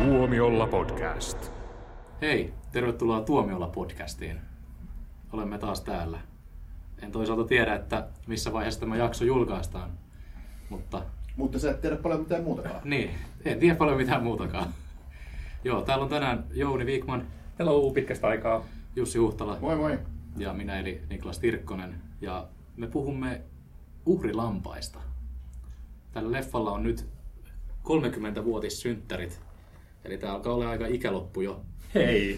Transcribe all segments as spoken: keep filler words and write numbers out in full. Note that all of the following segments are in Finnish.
Tuomiolla podcast. Hei, tervetuloa Tuomiolla podcastiin. Olemme taas täällä. En toisaalta tiedä, että missä vaiheessa tämä jakso julkaistaan, mutta... Mutta sä et tiedä paljon mitään muutakaan. Niin, en tiedä paljon mitään muutakaan. Joo, täällä on tänään Jouni Viikman. Hello, pitkästä aikaa. Jussi Huhtala. Moi moi. Ja minä eli Niklas Tirkkonen. Ja me puhumme uhrilampaista. Tällä leffalla on nyt kolmekymmentävuotissynttärit. Eli tää alkaa olla aika ikäloppu jo. Hei!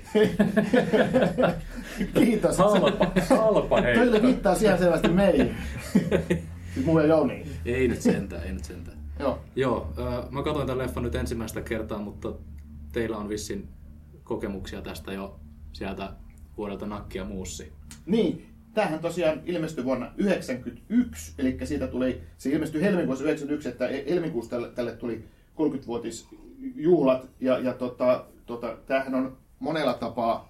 Kiitos. Halpa, halpa hei. Toille viittaa siellä selvästi meihin. Siis muu ja Jouni. Ei nyt sentään, ei nyt sentään. Joo. Joo, äh, mä katsoin tämän leffan nyt ensimmäistä kertaa, mutta teillä on vissin kokemuksia tästä jo sieltä vuodelta Nakki ja Muussi. Niin, tämähän tosiaan ilmestyi vuonna yhdeksänkymmentäyksi, eli siitä tuli, se ilmestyi helmikuussa yhdeksänkymmentäyksi, että helmikuussa tälle, tälle tuli kolmekymmentävuotisjuhlat, ja, ja tota, tota, tämähän on monella tapaa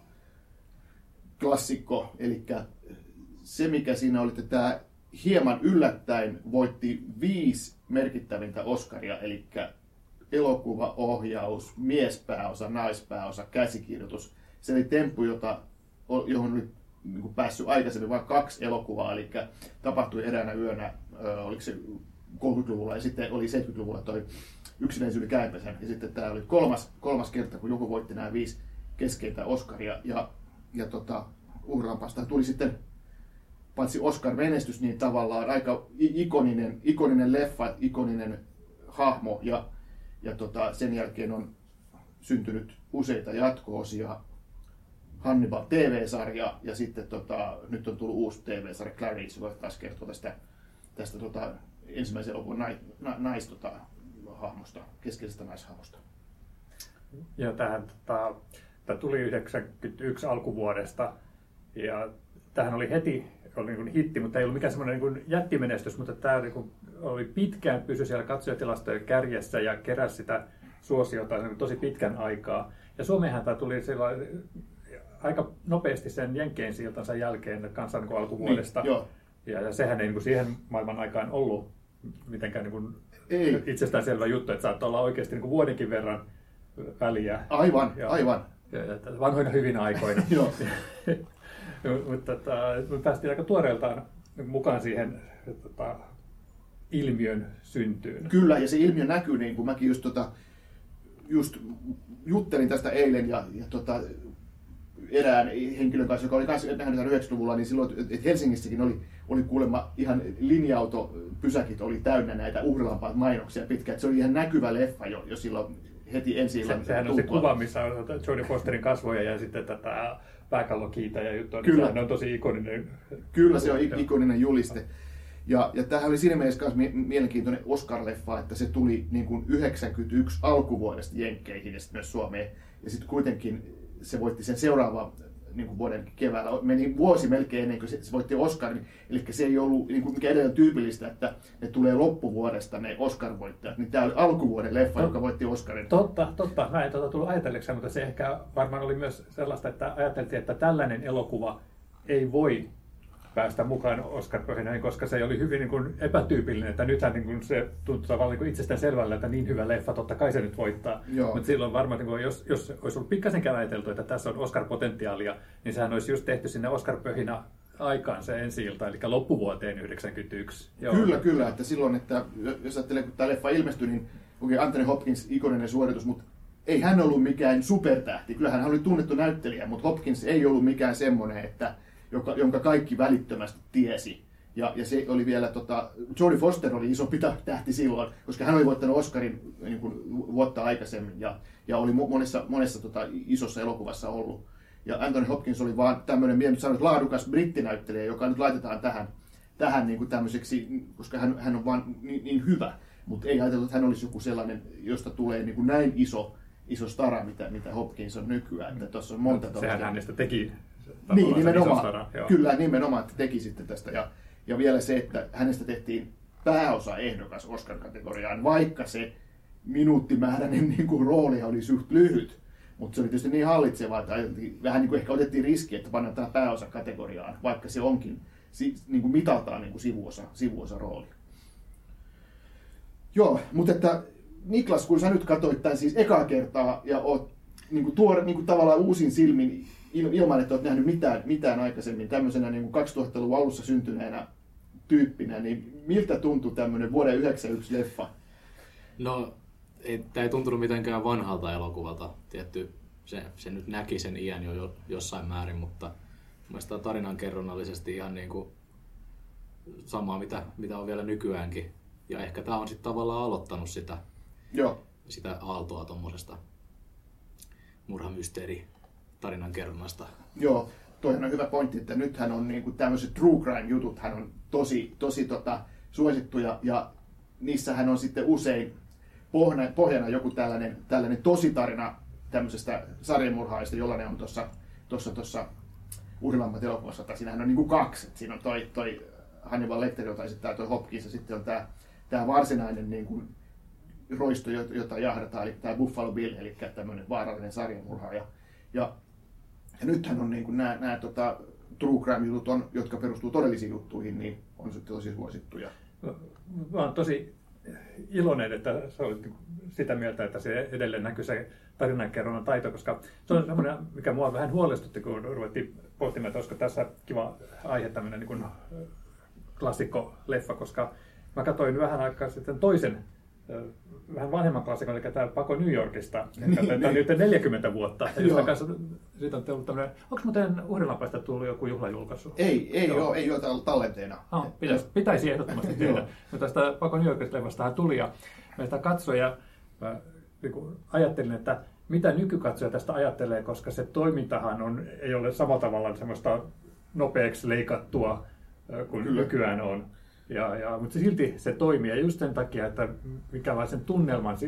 klassikko, eli se mikä siinä oli, että tämä hieman yllättäen voitti viisi merkittävintä Oscaria, eli elokuvaohjaus, miespääosa, naispääosa, käsikirjoitus. Se oli temppu, jota, johon oli niin päässyt aikaisemmin vain kaksi elokuvaa, eli tapahtui eräänä yönä, oliko se kolmekymmentäluvulla ja sitten oli seitsemänkymmentäluvulla toi Yksinäisyys yli Käipäsen. Ja sitten tämä oli kolmas, kolmas kerta, kun joku voitti nämä viisi keskeintä Oscaria. Ja, ja tota, Uhrilampaasta tuli sitten paitsi Oscar-menestys, niin tavallaan aika ikoninen, ikoninen leffa, ikoninen hahmo. Ja, ja tota, sen jälkeen on syntynyt useita jatko-osia. Hannibal T V-sarja ja sitten tota, nyt on tullut uusi T V-sarja Clarice, joka taas kertoo tästä, tästä tota, ensimmäisen elokuvan nais, na, nais, tota, hahmosta, keskeisestä naishahmosta. Ja tähän tota, tämä tuli yhdeksänkymmentäyksi alkuvuodesta ja tähän oli heti oli niin kuin hitti, mutta ei ollut mikään semmoinen niin kuin jättimenestys, mutta tämä niin kuin oli pitkään pysyi siellä katsojatilastojen kärjessä ja keräsi sitä suosiota niin tosi pitkän aikaa. Ja Suomeenhan tämä tuli sellainen aika nopeasti sen Jenkkien siltansa jälkeen kanssa niin kuin alkuvuodesta. Niin, ja, ja sehän ei niin kuin siihen maailman aikaan ollut mitenkään niin kuin itsestäänselvä juttu, että saattaa olla oikeasti niin kuin vuodenkin verran väliä. Aivan, ja, aivan. Ja, ja vanhoina hyvinä aikoina. Mutta tota, me päästiin aika tuoreeltaan mukaan siihen tota, ilmiön syntyyn. Kyllä, ja se ilmiö näkyy, niin kuin mäkin just, tota, just juttelin tästä eilen ja, ja tota, erään henkilön kanssa, joka oli myös nähnyt yhdeksänkymmentäluvulla, niin silloin, että Helsingissäkin oli, oli kuulemma ihan linja-autopysäkit oli täynnä näitä uhrilampaat mainoksia pitkään. Se oli ihan näkyvä leffa jo, jo silloin heti ensi illan. Se, sehän on se kuva, missä on Jodie Fosterin kasvoja ja sitten tätä pääkallokiitä ja juttua. Kyllä. Sehän on tosi ikoninen. Kyllä, se on ikoninen juliste. Ja, ja tämähän oli siinä mielessä myös mielenkiintoinen Oscar-leffa, että se tuli niin kuin yhdeksänkymmentäyksi alkuvuodesta Jenkkeihin ja sitten myös Suomeen. Ja sitten kuitenkin se voitti sen seuraavan niin kuin vuoden keväällä. Meni vuosi melkein ennen kuin se, se voitti Oscarin. Eli se ei ollut niin kuin mikä edelleen tyypillistä, että ne tulee loppuvuodesta ne Oscar-voittajat. Niin tämä oli alkuvuoden leffa, joka voitti Oscarin. Totta, totta. Mä en tuota tullut ajatelleeksi, mutta se ehkä varmaan oli myös sellaista, että ajateltiin, että tällainen elokuva ei voi päästä mukaan Oscar-pöhinöihin, koska se oli hyvin niin kuin epätyypillinen, että nythän niin kuin se tuntuu tavallaan niin itsestään selvällä, että niin hyvä leffa, totta kai se nyt voittaa. Mutta silloin varmaan, niin kuin, jos, jos olisi ollut pikkasenkään ajateltu, että tässä on Oscar-potentiaalia, niin sehän olisi just tehty sinne Oscar-pöhinä aikaan se ensi-ilta, eli loppuvuoteen yhdeksänkymmentäyksi. Joo. Kyllä, kyllä. Että silloin, että jos ajattelee, kun tämä leffa ilmestyi, niin okay, Anthony Hopkins ikoninen suoritus, mutta ei hän ollut mikään supertähti. Kyllähän hän oli tunnettu näyttelijä, mutta Hopkins ei ollut mikään semmoinen, että Joka, jonka kaikki välittömästi tiesi. Ja, ja se oli vielä, tota, Jodie Foster oli iso tähti silloin, koska hän oli voittanut Oscarin niin kuin, vuotta aikaisemmin ja, ja oli monessa, monessa tota, isossa elokuvassa ollut. Ja Anthony Hopkins oli vaan tämmöinen, minä nyt sanon, laadukas brittinäyttelijä, joka nyt laitetaan tähän, tähän niin kuin tämmöiseksi, koska hän, hän on vaan niin, niin hyvä. Mutta ei ajateltu, että hän olisi joku sellainen, josta tulee niin kuin näin iso, iso stara, mitä, mitä Hopkins on nykyään. Että tuossa on monta no, sehän hänestä teki. Niin, nimenomaan. Kyllä, nimenomaan, että teki sitten tästä. Ja, ja vielä se, että hänestä tehtiin pääosaehdokas Oscar-kategoriaan, vaikka se minuuttimääräinen niin kuin, rooli oli suht lyhyt. Mutta se oli tietysti niin hallitseva, että vähän niin kuin ehkä otettiin riski, että pannaan tämä pääosakategoriaan, vaikka se onkin niin kuin mitaltaan niin kuin sivuosa, sivuosa rooli. Joo, mutta että Niklas, kun sä nyt katsoit tämän siis ekaa kertaa ja oot niin kuin tuore, niin kuin tavallaan uusin silmin ilman, että olet nähnyt mitään, mitään aikaisemmin tämmöisenä niin kuin kaksituhattaluvun alussa syntyneenä tyyppinä, niin miltä tuntui tämmöinen vuoden yhdeksänkymmentäyksi leffa? No, tämä ei tuntunut mitenkään vanhalta elokuvalta. Tietty, se, se nyt näki sen iän jo, jo jossain määrin, mutta mielestäni tarinankerronnallisesti ihan niin kuin samaa, mitä, mitä on vielä nykyäänkin. Ja ehkä tämä on sitten tavallaan aloittanut sitä, Joo. sitä aaltoa tuommoisesta murhamysteeri tarinankerronnasta. Joo, toihan on hyvä pointti, että nythän on niin kuin tämmöiset true crime-jutut hän on tosi, tosi tota, suosittuja ja niissähän on sitten usein pohjana, pohjana joku tällainen, tällainen tositarina tämmöisestä sarjamurhaajista, jollainen on tuossa tuossa tuossa Uhrilammat elokuvassa, tai siinähän on niin kuin kaksi. Siinä on toi, toi Hannibal Lecter, jota esittää toi Hopkins, ja sitten on tämä, tämä varsinainen niin kuin roisto, jota jahdataan, eli tämä Buffalo Bill, eli tämmöinen vaarallinen sarjamurhaaja. Ja, ja nythän on niin kuin nämä, nämä tota, true crime-jutut, on, jotka perustuu todellisiin juttuihin, niin on sitten tosi suosittuja. Mä olen tosi iloinen, että sä olit sitä mieltä, että se edelleen näkyy se tarinankerronnan taito, koska se on semmoinen, mikä mua vähän huolestutti, kun ruvettiin pohtimaan, että olisiko tässä kiva aihe tämmöinen niin kuin klassikko-leffa, koska mä katsoin vähän aikaa sitten toisen vähän vanhemman klassikon, eli tämä Pako New Yorkista, tämä on nyt neljäkymmentä vuotta. Siitä on tullut tämmöinen, onko muuten Uhrilampaista tullut joku juhlajulkaisu? Ei, ei ole, ei ole tallenteena. Ah, pitäisi, pitäisi ehdottomasti tehdä. Mutta tästä Pako New Yorkista-lefastahan tuli ja mä sitä katsoin ja mä niin ajattelin, että mitä nykykatsoja tästä ajattelee, koska se toimintahan on, ei ole samalla tavalla semmoista nopeaksi leikattua kuin Kyllä. nykyään on. Ja, ja, mutta silti se toimii ja just sen takia, että minkälaisen tunnelman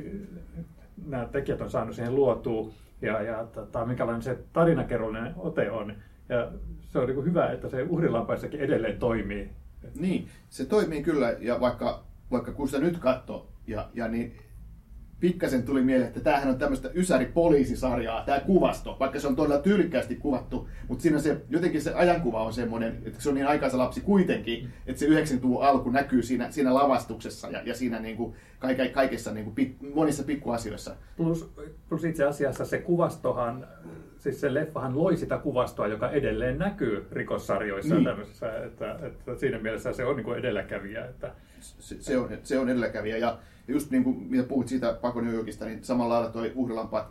nämä tekijät on saanut siihen luotua ja, ja tota, minkälainen se tarinakerrollinen ote on. Ja se on niin kuin hyvä, että se Uhrilampaissakin edelleen toimii. Niin, se toimii kyllä ja vaikka, vaikka kun sitä nyt katsoo ja, ja niin pikkasen tuli mieleen, että tämähän on tämmöistä ysäri-poliisisarjaa, tämä kuvasto, vaikka se on todella tyylikkäästi kuvattu, mutta siinä se, jotenkin se ajankuva on semmoinen, että se on niin aikaisa lapsi kuitenkin, että se yhdeksänkymmentäluvun alku näkyy siinä, siinä lavastuksessa ja, ja siinä niin kuin kaike, kaikessa niin kuin pik, monissa pikkuasioissa. Plus, plus itse asiassa se kuvastohan, siis se leffahan loi sitä kuvastoa, joka edelleen näkyy rikossarjoissa niin. tämmöisessä, että, että siinä mielessä se on niin kuin edelläkävijä. Että, se, se, on, se on edelläkävijä ja just niin kuin mitä puhuit siitä Pako New Yorkista, niin samalla lailla toi Uhrilampaat,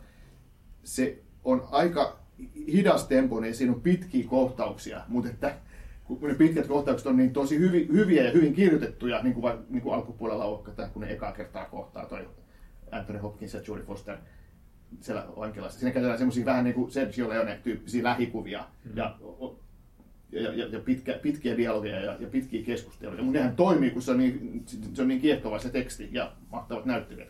se on aika hidas tempoinen ja siinä on pitkiä kohtauksia, mutta että kun ne pitkät kohtaukset on niin tosi hyvi, hyviä ja hyvin kirjoitettuja, niin kuin, niin kuin alkupuolella on, kun ne ekaa kertaa kohtaa toi Anthony Hopkins ja Jodie Foster siellä vankilassa. Siinä käytetään semmoisia vähän niin kuin Sergio Leone-tyyppisiä lähikuvia mm. ja, ja, ja, ja pitkä, pitkiä dialogeja ja, ja pitkiä keskusteluja. Mutta nehän toimii, kun se on niin, se on niin kiehtova se teksti ja mahtavat näyttelijät.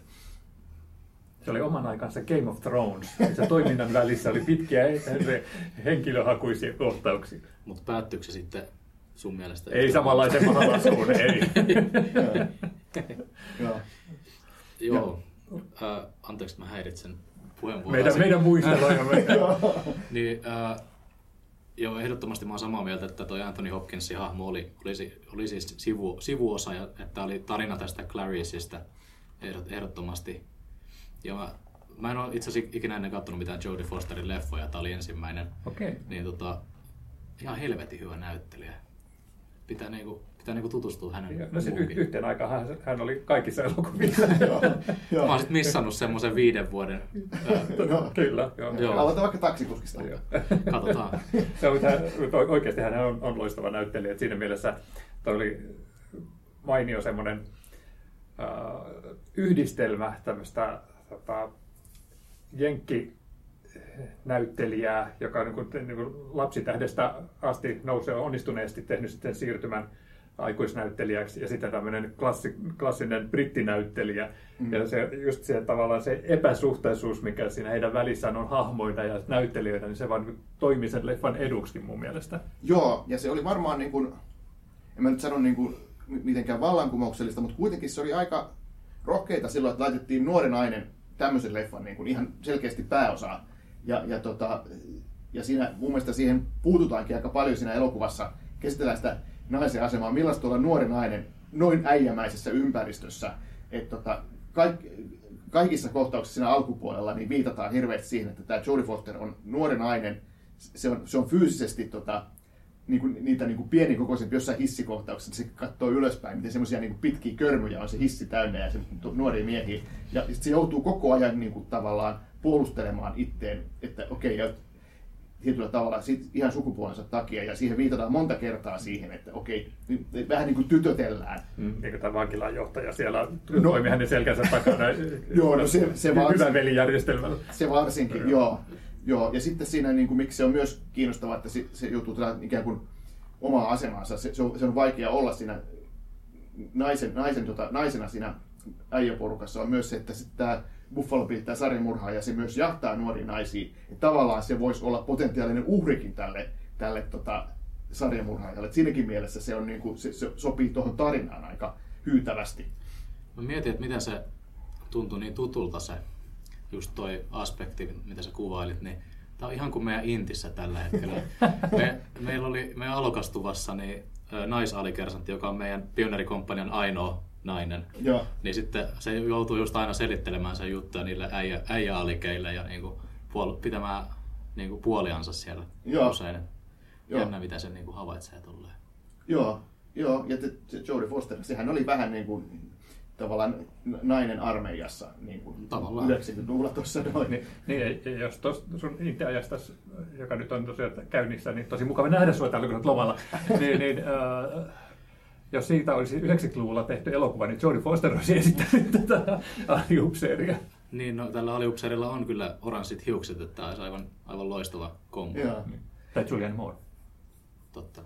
Se oli oman aikansa Game of Thrones. Se toiminnan välissä oli pitkiä henkilöhakuisia kohtauksia. Mutta päättyykö se sitten sun mielestä? Ei samanlaisen mahalaskuun, ei. Joo. Joo. Uh, anteeksi, mä häiritsen puheenvuoroa. Meidän, meidän muistelojamme. niin, uh, joo, ehdottomasti mä oon samaa mieltä, että toi Anthony Hopkinsin hahmo oli, oli, oli siis sivu, sivuosa, ja että oli tarina tästä Clariceista ehdottomasti. Ja mä, mä en ole itse asiassa ikinä ennen katsonut mitään Jodie Fosterin leffoja, tää oli ensimmäinen. Okay. Niin tota, ihan helvetin hyvä näyttelijä. Pitää niinku, pitää niinku tutustua hänen no, y- yhteen aikaan hän, hän oli kaikissa elokuvissa. Mä oon sit missannut semmoisen viiden vuoden. no, kyllä. Aloitetaan vaikka taksikuskista. Katsotaan. Se on, hän, oikeasti hän on, on loistava näyttelijä. Et siinä mielessä toi oli mainio semmoinen uh, yhdistelmä tämmöistä tota, jenkkinäyttelijää, joka on niin kuin, niin kuin lapsitähdestä asti nousee onnistuneesti tehnyt sitten siirtymän aikuisnäyttelijäksi ja sitten tämmöinen klassi, klassinen brittinäyttelijä. Mm. Ja se, just se, tavallaan se epäsuhtaisuus, mikä siinä heidän välissään on hahmoina ja näyttelijöitä, niin se vaan toimii sen leffan eduksikin mun mielestä. Joo, ja se oli varmaan, niin kuin, en mä nyt sano niin kuin, mitenkään vallankumouksellista, mutta kuitenkin se oli aika rohkeita silloin, että laitettiin nuori nainen tämmöisen leffan niin kuin ihan selkeästi pääosaa. Ja, ja, tota, ja siinä mun mielestä siihen puututaankin aika paljon siinä elokuvassa. Käsitellään sitä naisen asemaa, millaista olla nuori nainen noin äijämäisessä ympäristössä. Että tota, kaikki, kaikissa kohtauksissa siinä alkupuolella niin viitataan hirveästi siihen, että tämä Jodie Foster on nuori nainen, se on, se on fyysisesti tota, niin kuin, niitä niin kuin pienikokoisempi jossain hissikohtauksessa, se katsoo ylöspäin, miten semmoisia niin kuin pitkiä körmyjä on se hissi täynnä ja se nuoria miehiä. Ja se joutuu koko ajan niin kuin, tavallaan puolustelemaan itteen, että okei, okay, tietyllä tavalla sit ihan sukupuolensa takia, ja siihen viitataan monta kertaa siihen, että okei, okay, vähän niin kuin tytötellään. Mm, niin kuin tämä vankilan johtaja siellä no, toimi hänen selkänsä takana. Joo, no se, se hyvän velijärjestelmällä. Se varsinkin, joo. joo. Joo, ja sitten siinä, niin kuin, miksi se on myös kiinnostavaa, että se, se joutuu tällä ikään kuin omaa asemansa. Se, se, on, se on vaikea olla siinä naisen, naisen, tota, naisena siinä äijäporukassa on myös se, että tämä Buffalo Bill, tämä sarjamurhaaja, se myös jahtaa nuoria naisia. Että tavallaan se voisi olla potentiaalinen uhrikin tälle, tälle tota, sarjamurhaajalle. Et siinäkin mielessä se, on, niin kuin, se, se sopii tuohon tarinaan aika hyytävästi. Mä mietin, että miten se tuntui niin tutulta se, just toi aspekti, mitä sä kuvailit, niin tää on ihan kuin meidän Intissä tällä hetkellä. Me, meillä oli meidän alokastuvassa niin, naisalikersantti, joka on meidän pioneerikomppanian ainoa nainen. Joo. Niin sitten se joutuu just aina selittelemään sen juttuja niille äijä, äijäalikeille ja niinku puol- pitämään niinku puoliansa siellä Joo. usein. Jännä, mitä se niinku havaitsee tolleen. Joo, joo. Ja se Jodie Foster, sehän oli vähän niin kuin tavallaan nainen armeijassa niin kuin yhdeksänkymmentäluvulla tuossa noin. Niin, niin jos tuossa sun Intia-ajasta, joka nyt on tosiaan käynnissä, niin tosi mukava nähdä sinua täällä, kun olet lomalla, niin, niin äh, jos siitä olisi yhdeksänkymmentäluvulla tehty elokuva, niin Jodie Foster olisi esittänyt tätä aliupseeria. Niin, no tällä aliupseerilla on kyllä oranssit hiukset, että tämä olisi aivan, aivan loistava kombo. Joo. Tai Julianne Moore. Totta.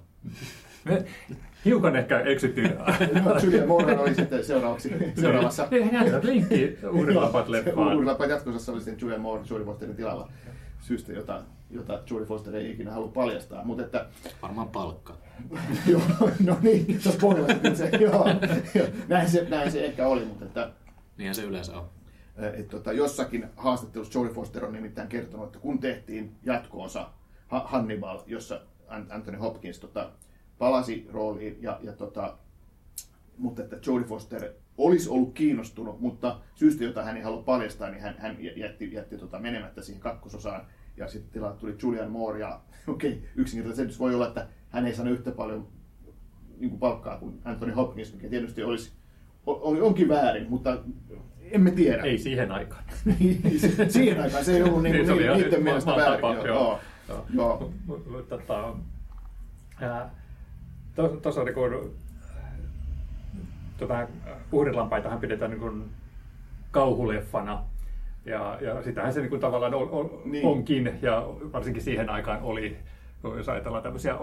Me hiukan ehkä eksyttiin. No, Julianne Moore oli sitten seuraavaksi, seuraavassa. Ei, hän jätät linkkiä Uhrilampaat-leffaan. Uhrilampaat jatkosassa oli sitten Julianne Moore Jodie Fosterin tilalla syystä, jota, jota Jodie Foster ei ikinä halua paljastaa. Mutta että, varmaan palkka. Joo, no niin, tuossa pohjalla se, joo, joo, näin, se, näin se ehkä oli, mutta että niinhän se yleensä on. Et, tota, jossakin haastattelussa Jodie Foster on nimittäin kertonut, että kun tehtiin jatko-osa Hannibal, jossa Anthony Hopkins tota, palasi rooliin, ja, ja, tota, mutta että Jodie Foster olisi ollut kiinnostunut, mutta syystä, jota hän ei halua paljastaa, niin hän, hän jätti, jätti tota, menemättä siihen kakkososaan, ja sitten tilalle tuli Julianne Moore, ja okei, okay, yksinkertaisesti voi olla, että hän ei saanut yhtä paljon niin kuin palkkaa kuin Anthony Hopkins, mikä tietysti olisi, on, onkin väärin, mutta emme tiedä. Ei siihen aikaan. Siihen aikaan se ei ollut niin, niin, niin, niiden mielestä väärin. Joo, joo. Joo. Joo. Tota, tuossa niin kuin, tota, Uhrilampaitahan pidetään niin kuin kauhuleffana. Ja, ja sitähän se niin kuin tavallaan on, on, niin. onkin, ja varsinkin siihen aikaan oli, jos ajatellaan tämmöisiä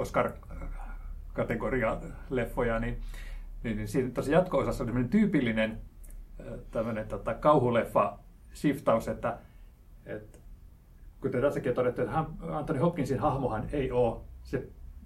Oscar-kategoria-leffoja, niin, niin, niin siinä tosi jatko-osassa on tämmöinen tyypillinen tämmöinen tota, kauhuleffa-shiftaus, että, että kuten tässäkin on todettu, että Anthony Hopkinsin hahmohan ei ole se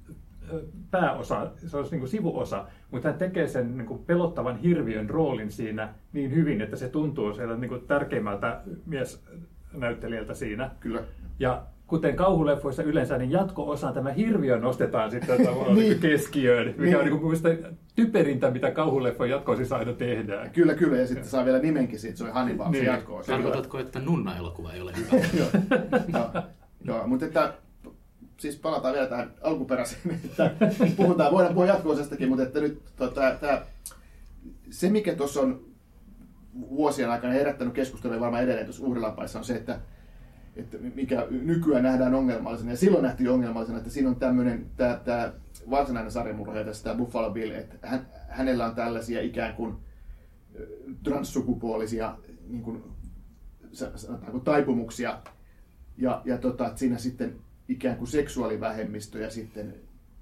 pääosa, se olisi niin kuin sivuosa, mutta hän tekee sen niin kuin pelottavan hirviön roolin siinä niin hyvin, että se tuntuu sieltä niin kuin tärkeimmältä miesnäyttelijältä siinä. Kyllä. Ja kuten kauhuleffoissa yleensä, niin jatko-osaan tämä hirviö nostetaan sitten niin. keskiöön, mikä niin. on niin kuin typerintä, mitä kauhuleffon jatko-osissa aina tehdään. Kyllä, kyllä, ja sitten saa vielä nimenkin siitä, se on Hannibal, niin. se jatko-osa. Tarkoitatko, että Nunna-elokuva ei ole hyvä? Joo, no, joo, mutta että siis palataan vielä tähän alkuperäiseen, että puhutaan, voidaan puhua jatko-osastakin, mutta että nyt tota, tää, se mikä tuossa on vuosien aikana herättänyt keskustelua varmaan edelleen tuossa Uhrilampaissa on se, että, että mikä nykyään nähdään ongelmallisena, ja silloin nähtiin ongelmallisena, että siinä on tämmöinen, tämä, tämä varsinainen sarjamurhaaja tässä, tämä Buffalo Bill, että hän, hänellä on tällaisia ikään kuin transsukupuolisia niin kuin, sanotaanko, taipumuksia, ja, ja tota, että siinä sitten ikään kuin seksuaalivähemmistöjä sitten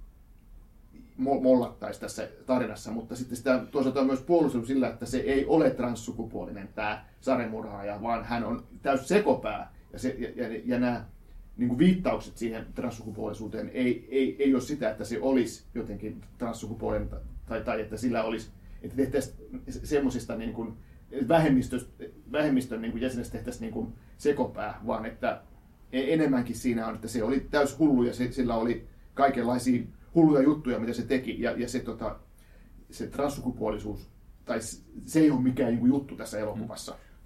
mollattaisi tässä tarinassa, mutta sitten sitä toisaalta on myös puolusteltu sillä, että se ei ole transsukupuolinen tämä sarjamurhaaja, vaan hän on täys sekopää. Ja, se, ja, ja, ja nämä niin kuin viittaukset siihen transsukupuolisuuteen ei, ei, ei ole sitä, että se olisi jotenkin transsukupuolinen tai, tai että sillä olisi, että tehtäisiin semmoisista niin kuin vähemmistön niin kuin jäsenestä tehtäisiin niin kuin sekopää, vaan että enemmänkin siinä on, että se oli täys hullu ja se, sillä oli kaikenlaisia hulluja juttuja, mitä se teki. Ja, ja se, tota, se transsukupuolisuus, tai se ei ole mikään niin kuin juttu tässä elokuvassa.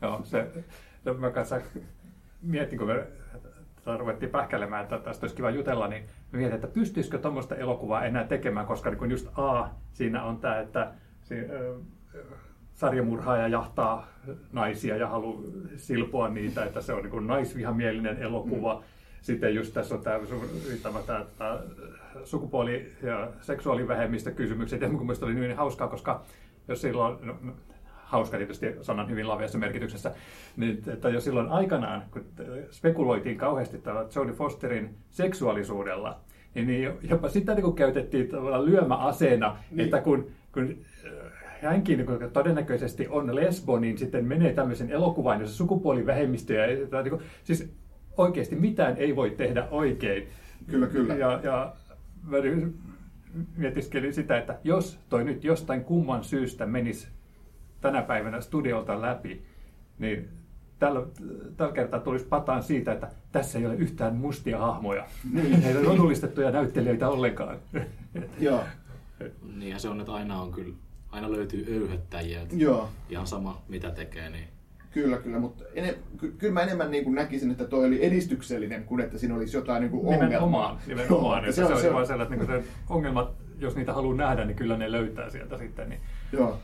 Joo, se, mä kanssa mietin, kun me ruvettiin pähkäilemään, että tästä olisi kiva jutella, niin mä mietin, että pystyisikö tuommoista elokuvaa enää tekemään, koska niin just A, siinä on tämä, että se, äh, sarjamurhaaja jahtaa naisia ja haluaa silpoa niitä, että se on niin kuin naisvihamielinen elokuva. Mm. Sitten just tässä on tämä, tämä, tämä, tämä sukupuoli- ja seksuaalivähemmistökysymykset, ja mun mielestä oli niin hauskaa, koska jos silloin, no, hauska tietysti sanan hyvin laveassa merkityksessä, niin että jos silloin aikanaan, kun spekuloitiin kauheasti tällä Jodie Fosterin seksuaalisuudella, niin jopa sitä niin käytettiin tavallaan lyömäaseena, niin. Että kun, kun hänkin niin todennäköisesti on lesbo, niin sitten menee tämmöisen elokuvaan, jossa sukupuolivähemmistöjä, niin kuin, siis oikeasti mitään ei voi tehdä oikein. Kyllä, kyllä. Ja, ja mä mietiskelin sitä, että jos toi nyt jostain kumman syystä menisi tänä päivänä studiolta läpi, niin tällä, tällä kertaa tulisi pataan siitä, että tässä ei ole yhtään mustia hahmoja. Niin. Ei ole rodullistettuja näyttelijöitä ollenkaan. Joo. Niinhän se on, että aina on kyllä, aina löytyy öyhöttäjiä. Joo. Ihan sama mitä tekee, niin Kyllä, kyllä, mutta ene, ky, kyllä mä enemmän niin kuin näkisin, että toi oli edistyksellinen, kuin että siinä olisi jotain niin kuin ongelmaa. Nimenomaan, nimenomaan. se, on, se on vaan sellainen, että niin ongelmat, jos niitä haluaa nähdä, niin kyllä ne löytää sieltä sitten. Niin. Joo.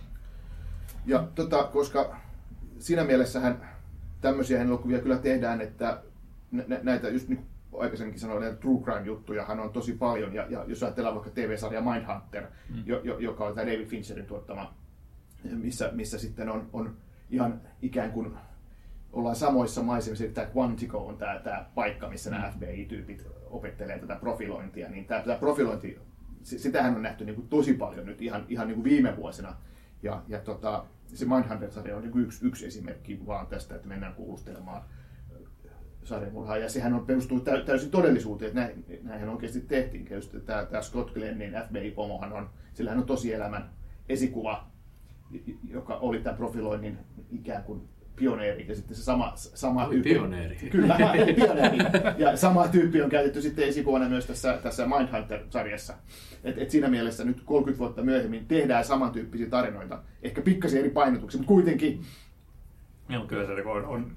Ja tota, koska siinä mielessähän tämmöisiä elokuvia kyllä tehdään, että nä, näitä just niin kuin aikaisemminkin sanoin, näitä true crime-juttujahan on tosi paljon. Ja, ja jos ajatellaan vaikka T V-sarja Mindhunter, mm. jo, jo, joka on tämä David Fincherin tuottama, missä, missä sitten on, on ihan ikään kuin ollaan samoissa maisemissa, tämä Quantico on tämä, tämä paikka, missä nämä F B I-tyypit opettelee tätä profilointia, niin tämä, tämä profilointi, sitähän on nähty niin kuin tosi paljon nyt ihan, ihan niin kuin viime vuosina. Ja, ja tota, se Mindhunter-sarja on niin kuin yksi, yksi esimerkki vaan tästä, että mennään kuulustelemaan sarjamurhaa. Ja sehän on, perustuu täysin todellisuuteen, että näin, näinhän oikeasti tehtiin. Just tämä, tämä Scott Glennin F B I-pomohan on, sillä hän on tosielämän esikuva, joka oli tämän profiloinnin ikään kuin pioneeri, ja sitten se sama, sama tyyppi... Pioneeri. Kyllä, pioneeri. Ja sama tyyppi on käytetty sitten esikuvana myös tässä, tässä Mindhunter-sarjassa. Et, et siinä mielessä nyt kolmekymmentä vuotta myöhemmin tehdään samantyyppisiä tarinoita, ehkä pikkasen eri painotuksia, mutta kuitenkin... No, kyllä se on, on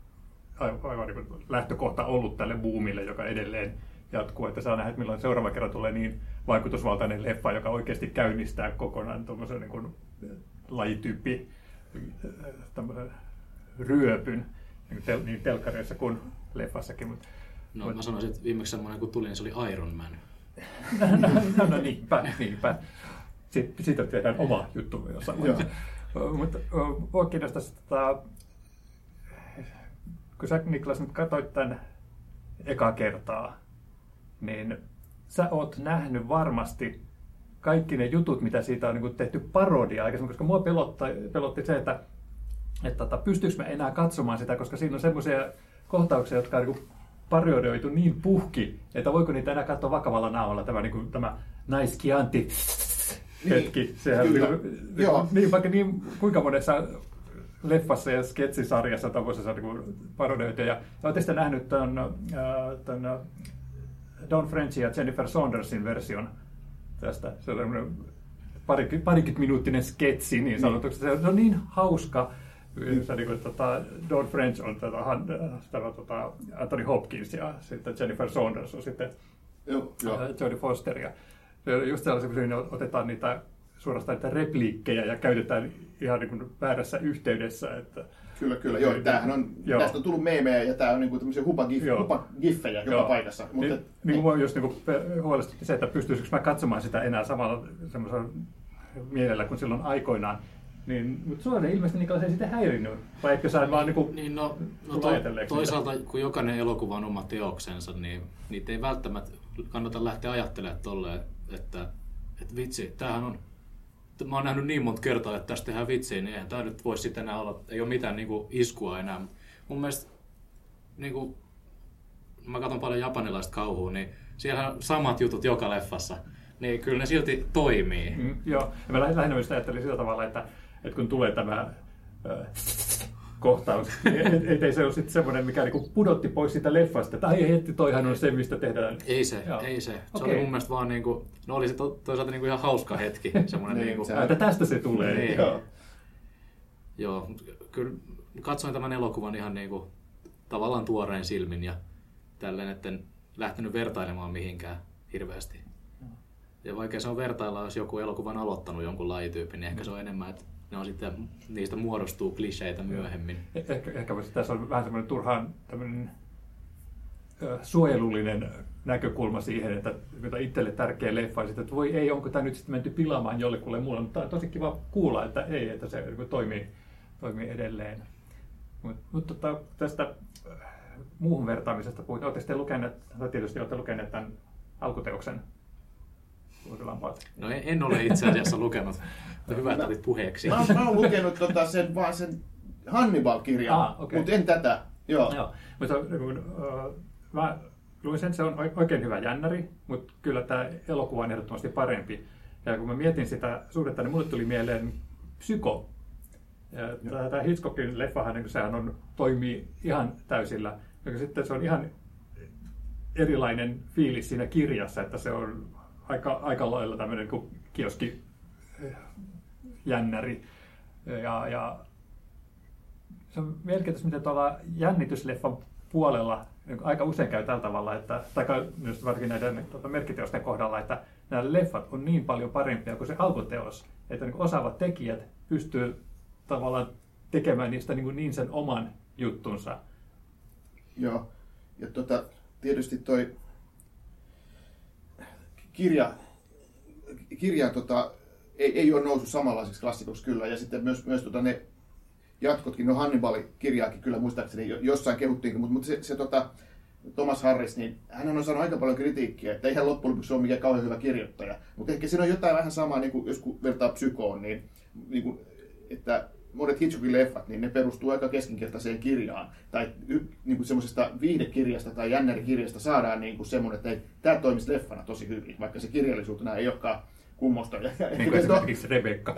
aivan niin lähtökohta ollut tälle boomille, joka edelleen jatkuu, että saa nähdä, että milloin seuraava kerran tulee niin vaikutusvaltainen leffa, joka oikeasti käynnistää kokonaan tuommoisen niin kuin lajityyppi ryöpyn niin, tel- niin telkkareissa kuin leffassakin. Mutta, no mutta... mä sanoisin, että viimeksi semmoinen kun tuli, niin se oli Iron Man. no, no niinpä, niinpä. Sitten, siitä tehdään oma juttu jossain vaiheessa. Mutta mua kiinnostaisi, että kun sä Niklas nyt katsoit tämän ekaa kertaa, niin sä oot nähnyt varmasti kaikki ne jutut, mitä siitä on niin kuin tehty parodia aikaisemmin, koska mua pelotti, pelotti se, että, että, että pystyykö mä enää katsomaan sitä, koska siinä on semmoisia kohtauksia, jotka on niin kuin parodioitu niin puhki, että voiko niitä enää katsoa vakavalla naamalla, tämä, niin kuin, tämä naiskianti hetki. Niin, sehän kyllä. Niin, niin, vaikka niin, kuinka monessa leffassa ja sketsisarjassa tämmöisessä niin parodioita. Ja olette sitten nähnyt tämän, äh, tämän Don Frenchin ja Jennifer Saundersin version tästä. Se on parikymmentä parikymmentä minuuttinen sketsi, niin sanotuksi. Se on niin hauska. Se, niin kuin, tota, Don French on tätä, tätä, tota, Anthony Hopkins ja sitten Jennifer Saunders on sitten joo, joo. Jodie Foster. Ja just sellaisia, kun otetaan niitä suorastaan niitä repliikkejä ja käytetään ihan niin kuin väärässä yhteydessä. Että, kyllä, kyllä. Joo, tämähän on, joo. Tästä on tullut meemejä ja tämä on niin kuin tämmöisiä hupa-giffejä joka paikassa. Mutta, niin, niin kuin just niin kuin huolestutti se, että pystyisikö mä katsomaan sitä enää samalla semmoisella mielellä kuin silloin aikoinaan. Niin, mutta sulla ei ilmeisesti Niklas ei sitten häirinnyt, vai eikö sä vaan niin, niin no, no to, toisaalta mitä? Kun jokainen elokuva on oma teoksensa, niin niitä ei välttämättä kannata lähteä ajattelemaan tolleen, että, että vitsi, tämähän on, mä oon nähnyt niin monta kertaa, että tästä tehdään vitsiä, niin eihän tämä nyt voisi sitten enää olla, ei ole mitään niin kuin iskua enää. Mun mielestä, niin kuin, mä katson paljon japanilaista kauhua, niin siellä on samat jutut joka leffassa, niin kyllä ne silti toimii. Mm, joo, ja mä lähinnä myös ajattelin sillä tavalla, että että kun tulee tämä äh, kohtaus, niin ei se ole sitten semmoinen, mikä niinku pudotti pois siitä leffasta, että ai hetti, toihan on se, mistä tehdään. Ei se, joo. ei se. Se okay. Oli mun mielestä vaan niinku, no oli se to, toisaalta niinku ihan hauska hetki. Semmoinen niin, niinku, se, että tästä se tulee. Niin. Joo. Joo, kyllä katsoin tämän elokuvan ihan niinku tavallaan tuoreen silmin ja tälleen, etten lähtenyt vertailemaan mihinkään hirveästi. Ja vaikka se on vertailla, jos joku elokuvan aloittanut jonkun lajityypin, niin ehkä se on enemmän, että ne on sitten, niistä muodostuu kliseitä myöhemmin. Ehkä, ehkä tässä on vähän semmoinen turhaan tämmöinen suojelullinen näkökulma siihen, että itselle tärkeä leffa, että voi ei, onko tämä nyt sitten menty pilaamaan jollekulle muulle, mutta on tosi kiva kuulla, että ei, että se toimii, toimii edelleen. Mutta mut, tota, tästä muuhun vertaamisesta puhuin. Oletteko te lukeneet, tai tietysti olette lukeneet tämän alkuteoksen? No en, en ole itse asiassa lukenut. Hyvä, että olit puheeksi. Mä, mä oon lukenut tota sen, vaan sen Hannibal-kirjan, ah, okay. Mutta en tätä. Joo. Joo. Mutta, uh, mä luin sen, se on oikein hyvä jännäri, mutta kyllä tämä elokuva on ehdottomasti parempi. Ja kun mä mietin sitä suhdetta, niin mulle tuli mieleen Psyko. Ja tämä Hitchcockin leffahan, niin sehän on, toimii ihan täysillä. Ja sitten se on ihan erilainen fiilis siinä kirjassa, että se on aika, aika lailla tämmöinen kuin kioski jännäri. Ja, ja se on mielenkiintoista, miten tuolla jännitysleffan puolella niin aika usein käy tällä tavalla, että, tai myös varsinkin näiden tuota, merkkiteosten kohdalla, että nämä leffat on niin paljon parempia kuin se alkuteos, että niin osaavat tekijät pystyy tavallaan tekemään niistä niin, niin sen oman juttunsa. Joo, ja tota, tietysti toi kirja, kirja tota, ei, ei ole noussut samanlaiseksi klassikoksi kyllä, ja sitten myös, myös tota, ne jatkotkin, no Hannibalin kirjaakin kyllä muistaakseni jossain kehuttiinkin, mutta, mutta se, se tota, Thomas Harris, niin hän on saanut aika paljon kritiikkiä, että eihän loppujen lopuksi ole mikään kauhean hyvä kirjoittaja, mutta ehkä siinä on jotain vähän samaa, niin kuin, jos vertaa Psykoon, niin, niin kuin, että monet Hitchcockin leffat, niin ne perustuu aika keskinkertaiseen kirjaan, tai niin kuin semmoisesta viihdekirjasta tai jännärikirjasta saadaan niin kuin semmoinen, että ei, tämä toimisi leffana tosi hyvin, vaikka se kirjallisuutena ei olekaan kummosta. Niin kuin esimerkiksi Rebekka.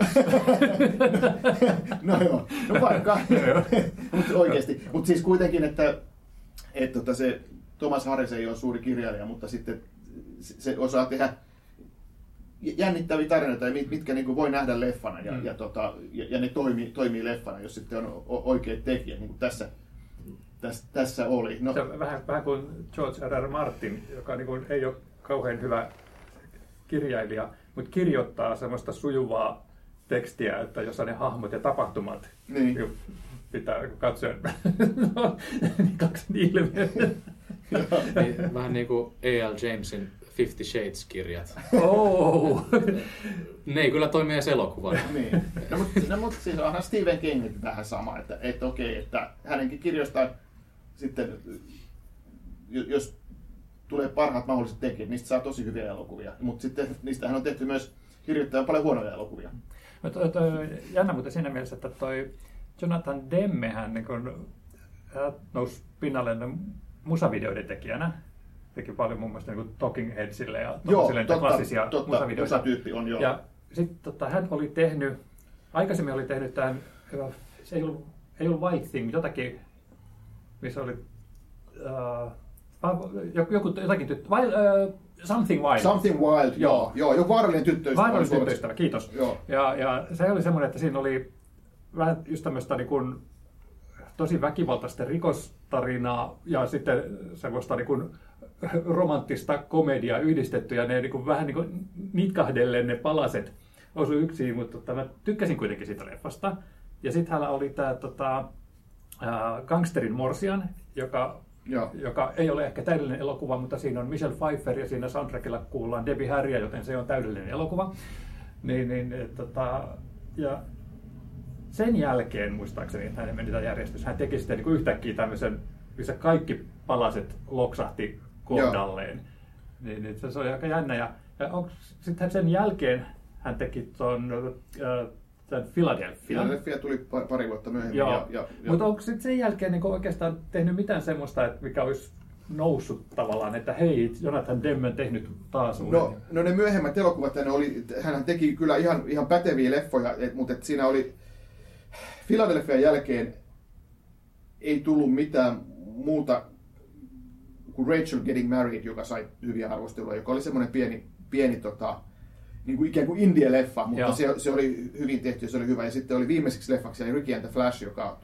No joo, no vaikka, mutta oikeasti. Mutta siis kuitenkin, että, että, että se Thomas Harris ei ole suuri kirjailija, mutta sitten se osaa tehdä jännittäviä tarinoita, mitkä niin kuin voi nähdä leffana ja, mm. ja, tota, ja, ja ne toimii, toimii leffana, jos sitten on oikeat tekijät, niin kuin tässä, tässä, tässä oli. No. Se on vähän, vähän kuin George R. R. Martin, joka niin kuin ei ole kauhean hyvä kirjailija, mutta kirjoittaa semmoista sujuvaa tekstiä, että jossa ne hahmot ja tapahtumat niin. pitää katsoa niin kaksi ilmeä. Niin, vähän niin kuin A L Jamesin Fifty Shades-kirjat. Oh. Ne ei kyllä toimi edes elokuvana. Niin. No, mutta no, mut siis onhan Stephen King vähän sama, että, että okei, että hänenkin kirjoistaan sitten, jos tulee parhaat mahdolliset tekijät, niistä saa tosi hyviä elokuvia, mutta sitten niistähän on tehty myös kirjoittajan paljon huonoja elokuvia. No, toi, toi, jännä muuten siinä mielessä, että toi Jonathan Demmehän niin kun, nousi pinnalle musavideoiden tekijänä. Teki paljon muun muassa niin Talking Headsille ja totta, klassisia totta, musavideoita. Tyyppi on, joo. Ja sitten tota, hän oli tehnyt, aikaisemmin oli tehnyt tämän, se ei ollut, ei ollut White Thing, jotakin, missä oli uh, joku jotakin tyttö, wild, uh, Something Wild. Something Wild, joo. joo joku vaarallinen tyttöystävä. Vaarallinen tyttöystävä, kiitos. Joo. Ja, ja se oli semmoinen, että siinä oli vähän just tämmöistä niin kuin, tosi väkivaltaista rikostarinaa ja sitten semmoista niin kuin romanttista komediaa yhdistetty ja ne niin kuin, vähän niin kuin nitkahdelleen ne palaset osui yksin, mutta tota, mä tykkäsin kuitenkin siitä leffasta. Ja sitten hänellä oli tämä tota, äh, Gangsterin Morsian, joka, joka ei ole ehkä täydellinen elokuva, mutta siinä on Michelle Pfeiffer ja siinä soundtrackilla kuullaan Debbie Harrya, joten se on täydellinen elokuva. Niin, niin, et, tota, ja sen jälkeen muistaakseni, että hän meni tämä järjestys, hän teki sitten niin kuin yhtäkkiä tämmöisen, missä kaikki palaset loksahti kohdalleen. Niin, niin se oli aika jännä. Ja, ja sitten sen jälkeen hän teki tuon äh, Philadelphia. Philadelphia tuli pari vuotta myöhemmin. Joo. Ja, ja, mutta onko sitten sen jälkeen niin oikeastaan tehnyt mitään semmoista, että mikä olisi noussut tavallaan, että hei, Jonathan Demme on tehnyt taas uuden? No, no ne myöhemmät elokuvat, ne oli, hän teki kyllä ihan, ihan päteviä leffoja, et, mutta et siinä oli Philadelphian jälkeen ei tullut mitään muuta kuin Rachel Getting Married, joka sai hyviä arvosteluja, joka oli semmoinen pieni, pieni tota, niin kuin ikään kuin indie-leffa, mutta se, se oli hyvin tehty ja se oli hyvä. Ja sitten oli viimeiseksi leffaksi Ricky and the Flash, joka tuli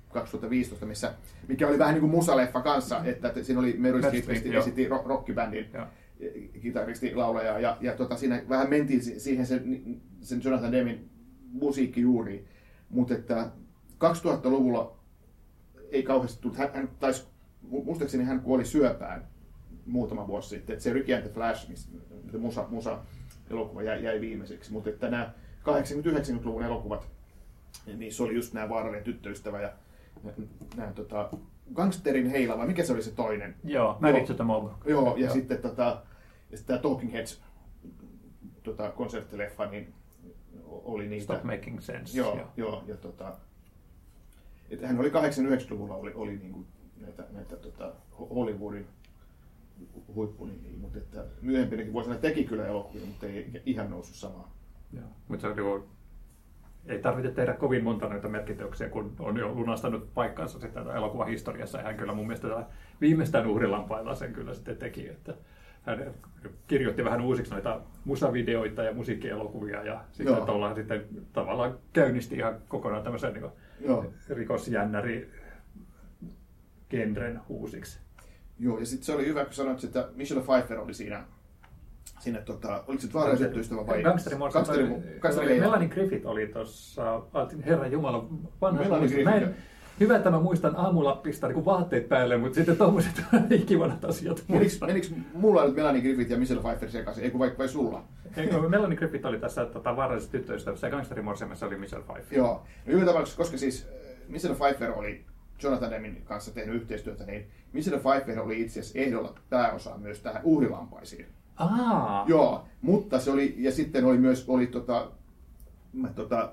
kaksituhattaviisitoista, missä, mikä oli vähän niin kuin musaleffa kanssa, että siinä oli Meryl Streep esitti rockibändin kitaristi, laulaja, ja, ja tota, siinä vähän mentiin siihen sen, sen Jonathan Demin musiikkijuuriin, mutta että kaksituhattaluvulla ei kauheasti tullut, hän, hän taisi, muistaakseni hän kuoli syöpään muutama vuosi sitten, että se Ricky and the Flash, missä musa, musa elokuva jäi, jäi viimeiseksi, mutta että nämä kahdeksankymmentä-yhdeksänkymmentäluvun elokuvat, niin se oli just nämä Vaarallinen tyttöystävä ja nämä tota, Gangsterin heila, vai mikä se oli se toinen? Joo, Marriage to the Mob. Joo, ja Joo. sitten tota, tämä Talking Heads tota, konserttileffa, niin oli niitä. Stop Making Sense. Joo, joo. joo ja tota, että hän oli kahdeksankymmentä-yhdeksänkymmentäluvulla oli, oli niinku näitä, näitä tota, Hollywoodin huippunimiä, mutta että myöhempinäkin vuosina teki kyllä elokuvia, mutta ei ihan noussut samaan. Joo, mutta se on niinku, ei tarvitse tehdä kovin monta noita merkiteoksia, kun on jo lunastanut paikkansa sitten elokuvahistoriassa. Ja hän kyllä mun mielestä viimeistään uhrilampailla sen kyllä sitten teki, että hän kirjoitti vähän uusiksi noita musavideoita ja musiikkielokuvia ja sitten tuolla sitten tavallaan käynnisti ihan kokonaan tämmöisen niin rikosjännäri genren uusiksi. Joo, ja sitten se oli hyvä, kun sanoit, että Michelle Pfeiffer oli siinä, siinä tota, oliko se Vaarallinen tyttöystävä vai? Gangsterin Melanie Griffith oli tuossa, herran jumala, vanha muistan. Hyvä, että mä muistan aamulla pistää niin vaatteet päälle, mutta sitten tommoset ikivanhat asiat muistan. Menikö mulla nyt Melanie Griffith ja Michelle Pfeiffer sekaisin, eikö vai, vai sulla? Eikö, Melanie Griffith oli tässä tota, Vaarallisessa tyttöystävässä ja Gangsterin morsiamessa oli Michelle Pfeiffer. Joo, no yhdellä tavalla, koska siis Michelle Pfeiffer oli Jonathan Demin kanssa tehnyt yhteistyötä, niin Michelle Pfeiffer oli itse asiassa ehdolla pääosaan myös tähän uhrilampaisiin. Aa. Joo, mutta se oli, ja sitten oli myös, oli tota, mä tota,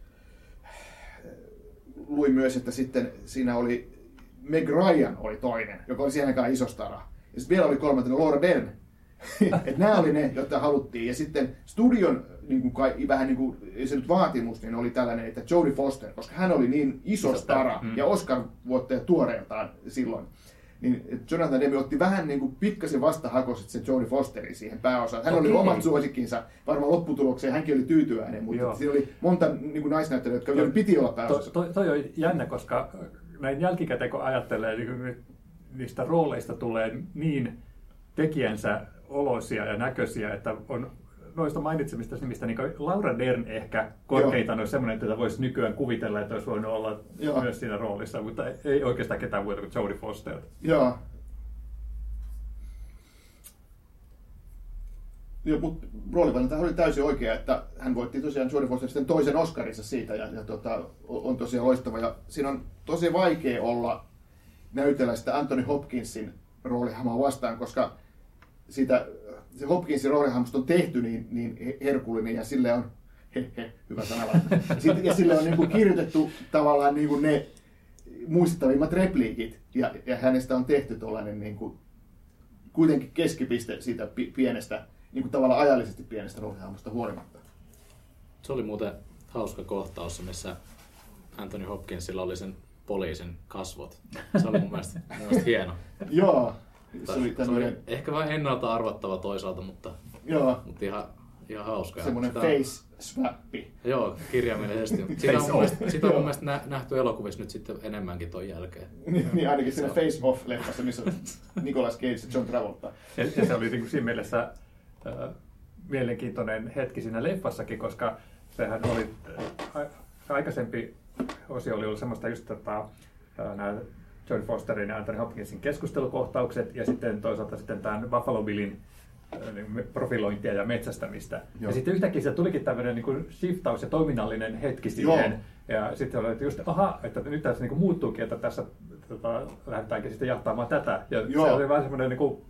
luin myös, että sitten siinä oli Meg Ryan oli toinen, joka oli siihen aikaan iso stara. Ja sitten vielä oli kolmantena Laura Dern. Että nämä oli ne, joita haluttiin. Ja sitten studion niin kuin kai, vähän niin kuin se nyt vaatimus, niin oli tällainen, että Jodie Foster, koska hän oli niin iso stara mm. ja Oscar-vuottaja tuoreeltaan silloin. Niin Jonathan Demme otti vähän niin kuin pikkasen vastahakoiset sen Jodie Fosterin siihen pääosaan. Hän Okei. oli omat suosikkinsa hänkin lopputulokseen, hänkin oli tyytyväinen, mutta Joo. siinä oli monta niin kuin naisnäyttelyä, jotka piti olla pääosassa. Toi, toi on jännä, koska näin jälkikäteen kun ajattelee, niin niistä rooleista tulee niin tekijänsä oloisia ja näköisiä, että on noista mainitsemista nimistä niin Laura Dern ehkä korkeintaan olisi semmoinen, että voisi nykyään kuvitella, että olisi voinut olla Joo. myös siinä roolissa, mutta ei oikeastaan ketään muuta kuin Jodie Foster. Joo. Joo, mutta roolivalinta oli täysin oikea, että hän voitti tosiaan Jodie Foster sitten toisen Oscarinsa siitä ja, ja tota, on tosiaan loistava. Ja siinä on tosi vaikea olla näytellä sitä Anthony Hopkinsin roolihahmoa vastaan, koska siitä se Hopkinsin roolihahmosta on tehty niin, niin herkullinen ja sille on, he, he, hyvä sanalla, ja sille on niin kuin kirjoitettu tavallaan niin kuin ne muistettavimmat repliikit ja, ja hänestä on tehty tuollainen niin kuin, kuitenkin keskipiste siitä pienestä, niin kuin tavallaan ajallisesti pienestä roolihahmosta huolimatta. Se oli muuten hauska kohtaus, missä Anthony Hopkinsilla oli sen poliisin kasvot. Se oli mun mielestä, mun mielestä hieno. Joo. Se oli, tämmönen... se oli ehkä vähän ennalta arvattava toisaalta, mutta, Joo. mutta ihan, ihan hauska. Semmoinen sitä... face swappi. Joo, kirjaimellisesti. Sitä on mun mielestä, sitä on mun mielestä nähty elokuvissa nyt sitten enemmänkin ton jälkeen. Niin ainakin siinä Face Off-leffassa, missä on Nicolas Cage ja John Travolta. Ja, ja se oli niin siinä mielessä äh, mielenkiintoinen hetki siinä leffassakin, koska sehän oli äh, aikaisempi osio oli ollut semmoista just tota, äh, nämä Jodie Fosterin ja Anthony Hopkinsin keskustelukohtaukset ja sitten toisaalta sitten tämän Buffalo Billin profilointia ja metsästämistä. Joo. Ja sitten yhtäkkiä se tulikin tämmöinen niin kuin shiftaus ja toiminnallinen hetki siihen. Joo. Ja sitten oli just, aha, että nyt tässä niin kuin muuttuukin, että tässä tota, lähdetäänkin sitten jahtaamaan tätä. Ja Joo. se oli vähän semmoinen niin kuin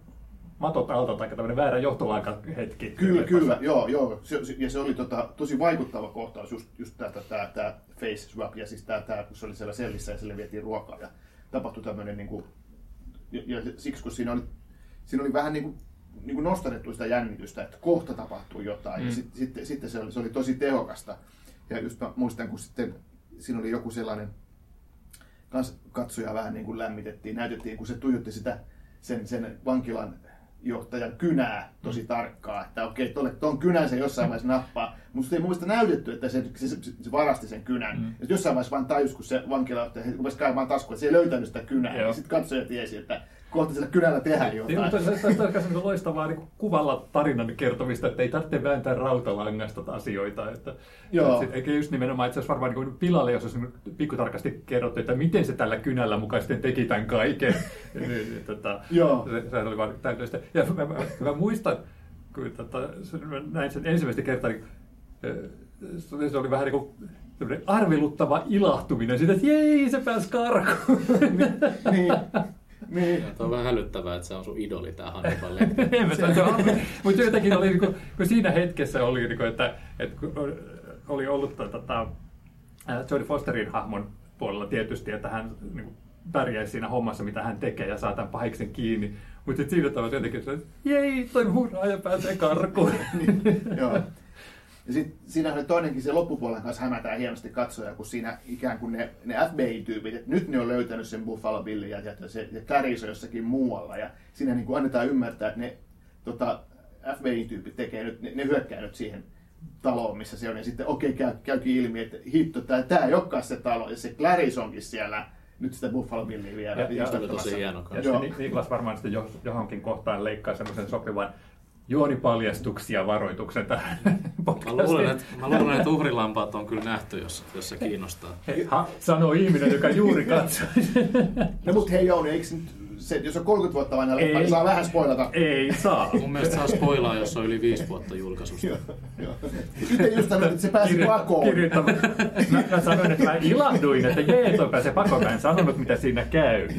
matot alta tai tämmöinen väärä johtolaika hetki. Kyllä, kyllä, joo, joo. Se, ja se oli tota, tosi vaikuttava kohtaus, just, just tämä, tämä face swap, ja siis tämä, tämä, kun se oli siellä sellissä ja sille vietiin ruokaa, ja tapahtui tämmöinen, niin kuin, ja, ja siksi kun siinä oli, siinä oli vähän niin kuin, niin kuin nostettu sitä jännitystä, että kohta tapahtuu jotain, mm. ja sitten sit, sit se, oli, se oli tosi tehokasta. Ja just mä muistan, kun sitten siinä oli joku sellainen, kans katsoja vähän niin kuin lämmitettiin, näytettiin, kun se tuijotti sitä, sen, sen vankilan johtajan kynää tosi tarkkaa, että okei, tuolle tuon kynän se jossain vaiheessa nappaa, mutta ei mun mielestä näytetty, että se, se, se varasti sen kynän. Mm. Jossain vaiheessa vaan tajus, kun se vankilajohtaja rupesi kaivamaan taskua, että se ei löytänyt sitä kynää, ja sitten katsoja tiesi, että kohta sillä kynällä tehdään jotain. Mutta se on myös loistavaa niin kuvalla tarinan kertomista, että ei tarvitse vääntää rautalangasta asioita. Että, että eikä just nimenomaan, että se olisi varmaan niin pilalle, jos olisi pikkutarkasti kerrottu, että miten se tällä kynällä mukaan sitten teki tämän kaiken. tota, se, se oli vaan täydellistä. Ja mä, mä, mä muistan, kun tota, näin sen ensimmäistä kertaa, niin se oli vähän niin kuin arveluttava ilahtuminen siitä, että jei, se pääsi karkuun. niin. Niin. Tämä on vähän hälyttävää, että se on sun idoli, tämä Hannibal Lecter. Mutta jotenkin oli, niin kuin, kun siinä hetkessä oli, niin kuin, että, että oli ollut tota, Jodie Fosterin hahmon puolella tietysti, että hän niin kuin, pärjäisi siinä hommassa, mitä hän tekee ja saa tämän pahiksen kiinni. Mutta siinä tavalla jotenkin, että jei, toin hurraa ja pääsee karkuun. Joo. Ja sitten siinähän toinenkin se loppupuolen kanssa hämätään hienosti katsoja, kun siinä ikään kuin ne, ne F B I-tyypit, että nyt ne on löytänyt sen Buffalo Billin ja, ja, se, ja Clarice on jossakin muualla. Ja siinä niin kuin annetaan ymmärtää, että ne tota, F B I-tyypit tekee nyt, ne, ne hyökkää nyt siihen taloon, missä se on. Ja sitten okei, okay, käy, käykin ilmi, että hitto, tämä ei olekaan se talo, ja se Clarice onkin siellä nyt sitä Buffalo Billia vielä. Ja, ja se oli tosi hieno. Ja Niklas varmaan sitten johonkin kohtaan leikkaa semmoisen sopivan juonipaljastuksia varoituksen tähän podcastiin. Mä luulen, että, mä luulen, että uhrilampaat on kyllä nähty, jos, jos se kiinnostaa. Hei, ha, sanoo ihminen, joka juuri katsoi. No mut hei Jouni, eikö nyt se, jos on kolmekymmentä vuotta vanha leffa, niin saa vähän spoilata? Ei saa. Mun mielestä saa spoilaa, jos on yli viisi vuotta julkaisusta. Itse just sanoin, että se pääsi Kirjo- pakoon. Mä, mä sanoin, että mä ilahduin, että jee, toi pääsee pakoon. Mä en sanonut, mitä siinä käy.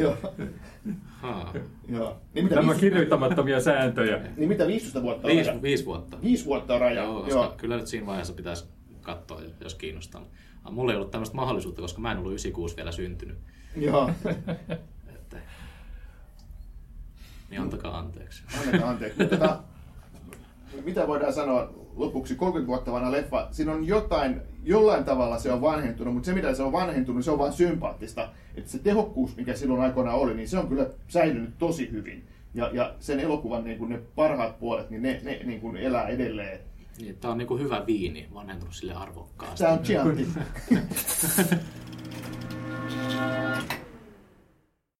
Joo. Niin mitä Nämä viisi... kirjoittamattomia sääntöjä. Niin mitä viisitoista vuotta on Viisi, raja? viisi vuotta. Viisi vuotta on raja. Joo, koska Joo. Kyllä nyt siinä vaiheessa pitäisi katsoa, jos kiinnostaa. Mulla ei ollut tämmöistä mahdollisuutta, koska mä en ollut yhdeksänkymmentäkuusi vielä syntynyt. Joo. Että... Niin antakaa anteeksi. Annetaan anteeksi. Tota, mitä voidaan sanoa lopuksi? kolmekymmentä vuotta vanha leffa. Siinä on jotain, jollain tavalla se on vanhentunut, mutta se mitä se on vanhentunut, se on vain sympaattista. Että se tehokkuus, mikä silloin aikoinaan oli, niin se on kyllä säilynyt tosi hyvin. Ja, ja sen elokuvan niin kuin ne parhaat puolet, niin ne, ne niin kuin elää edelleen. Niin, tää on niin kuin hyvä viini, vanhentunut sille arvokkaasti. Tää on Chianti.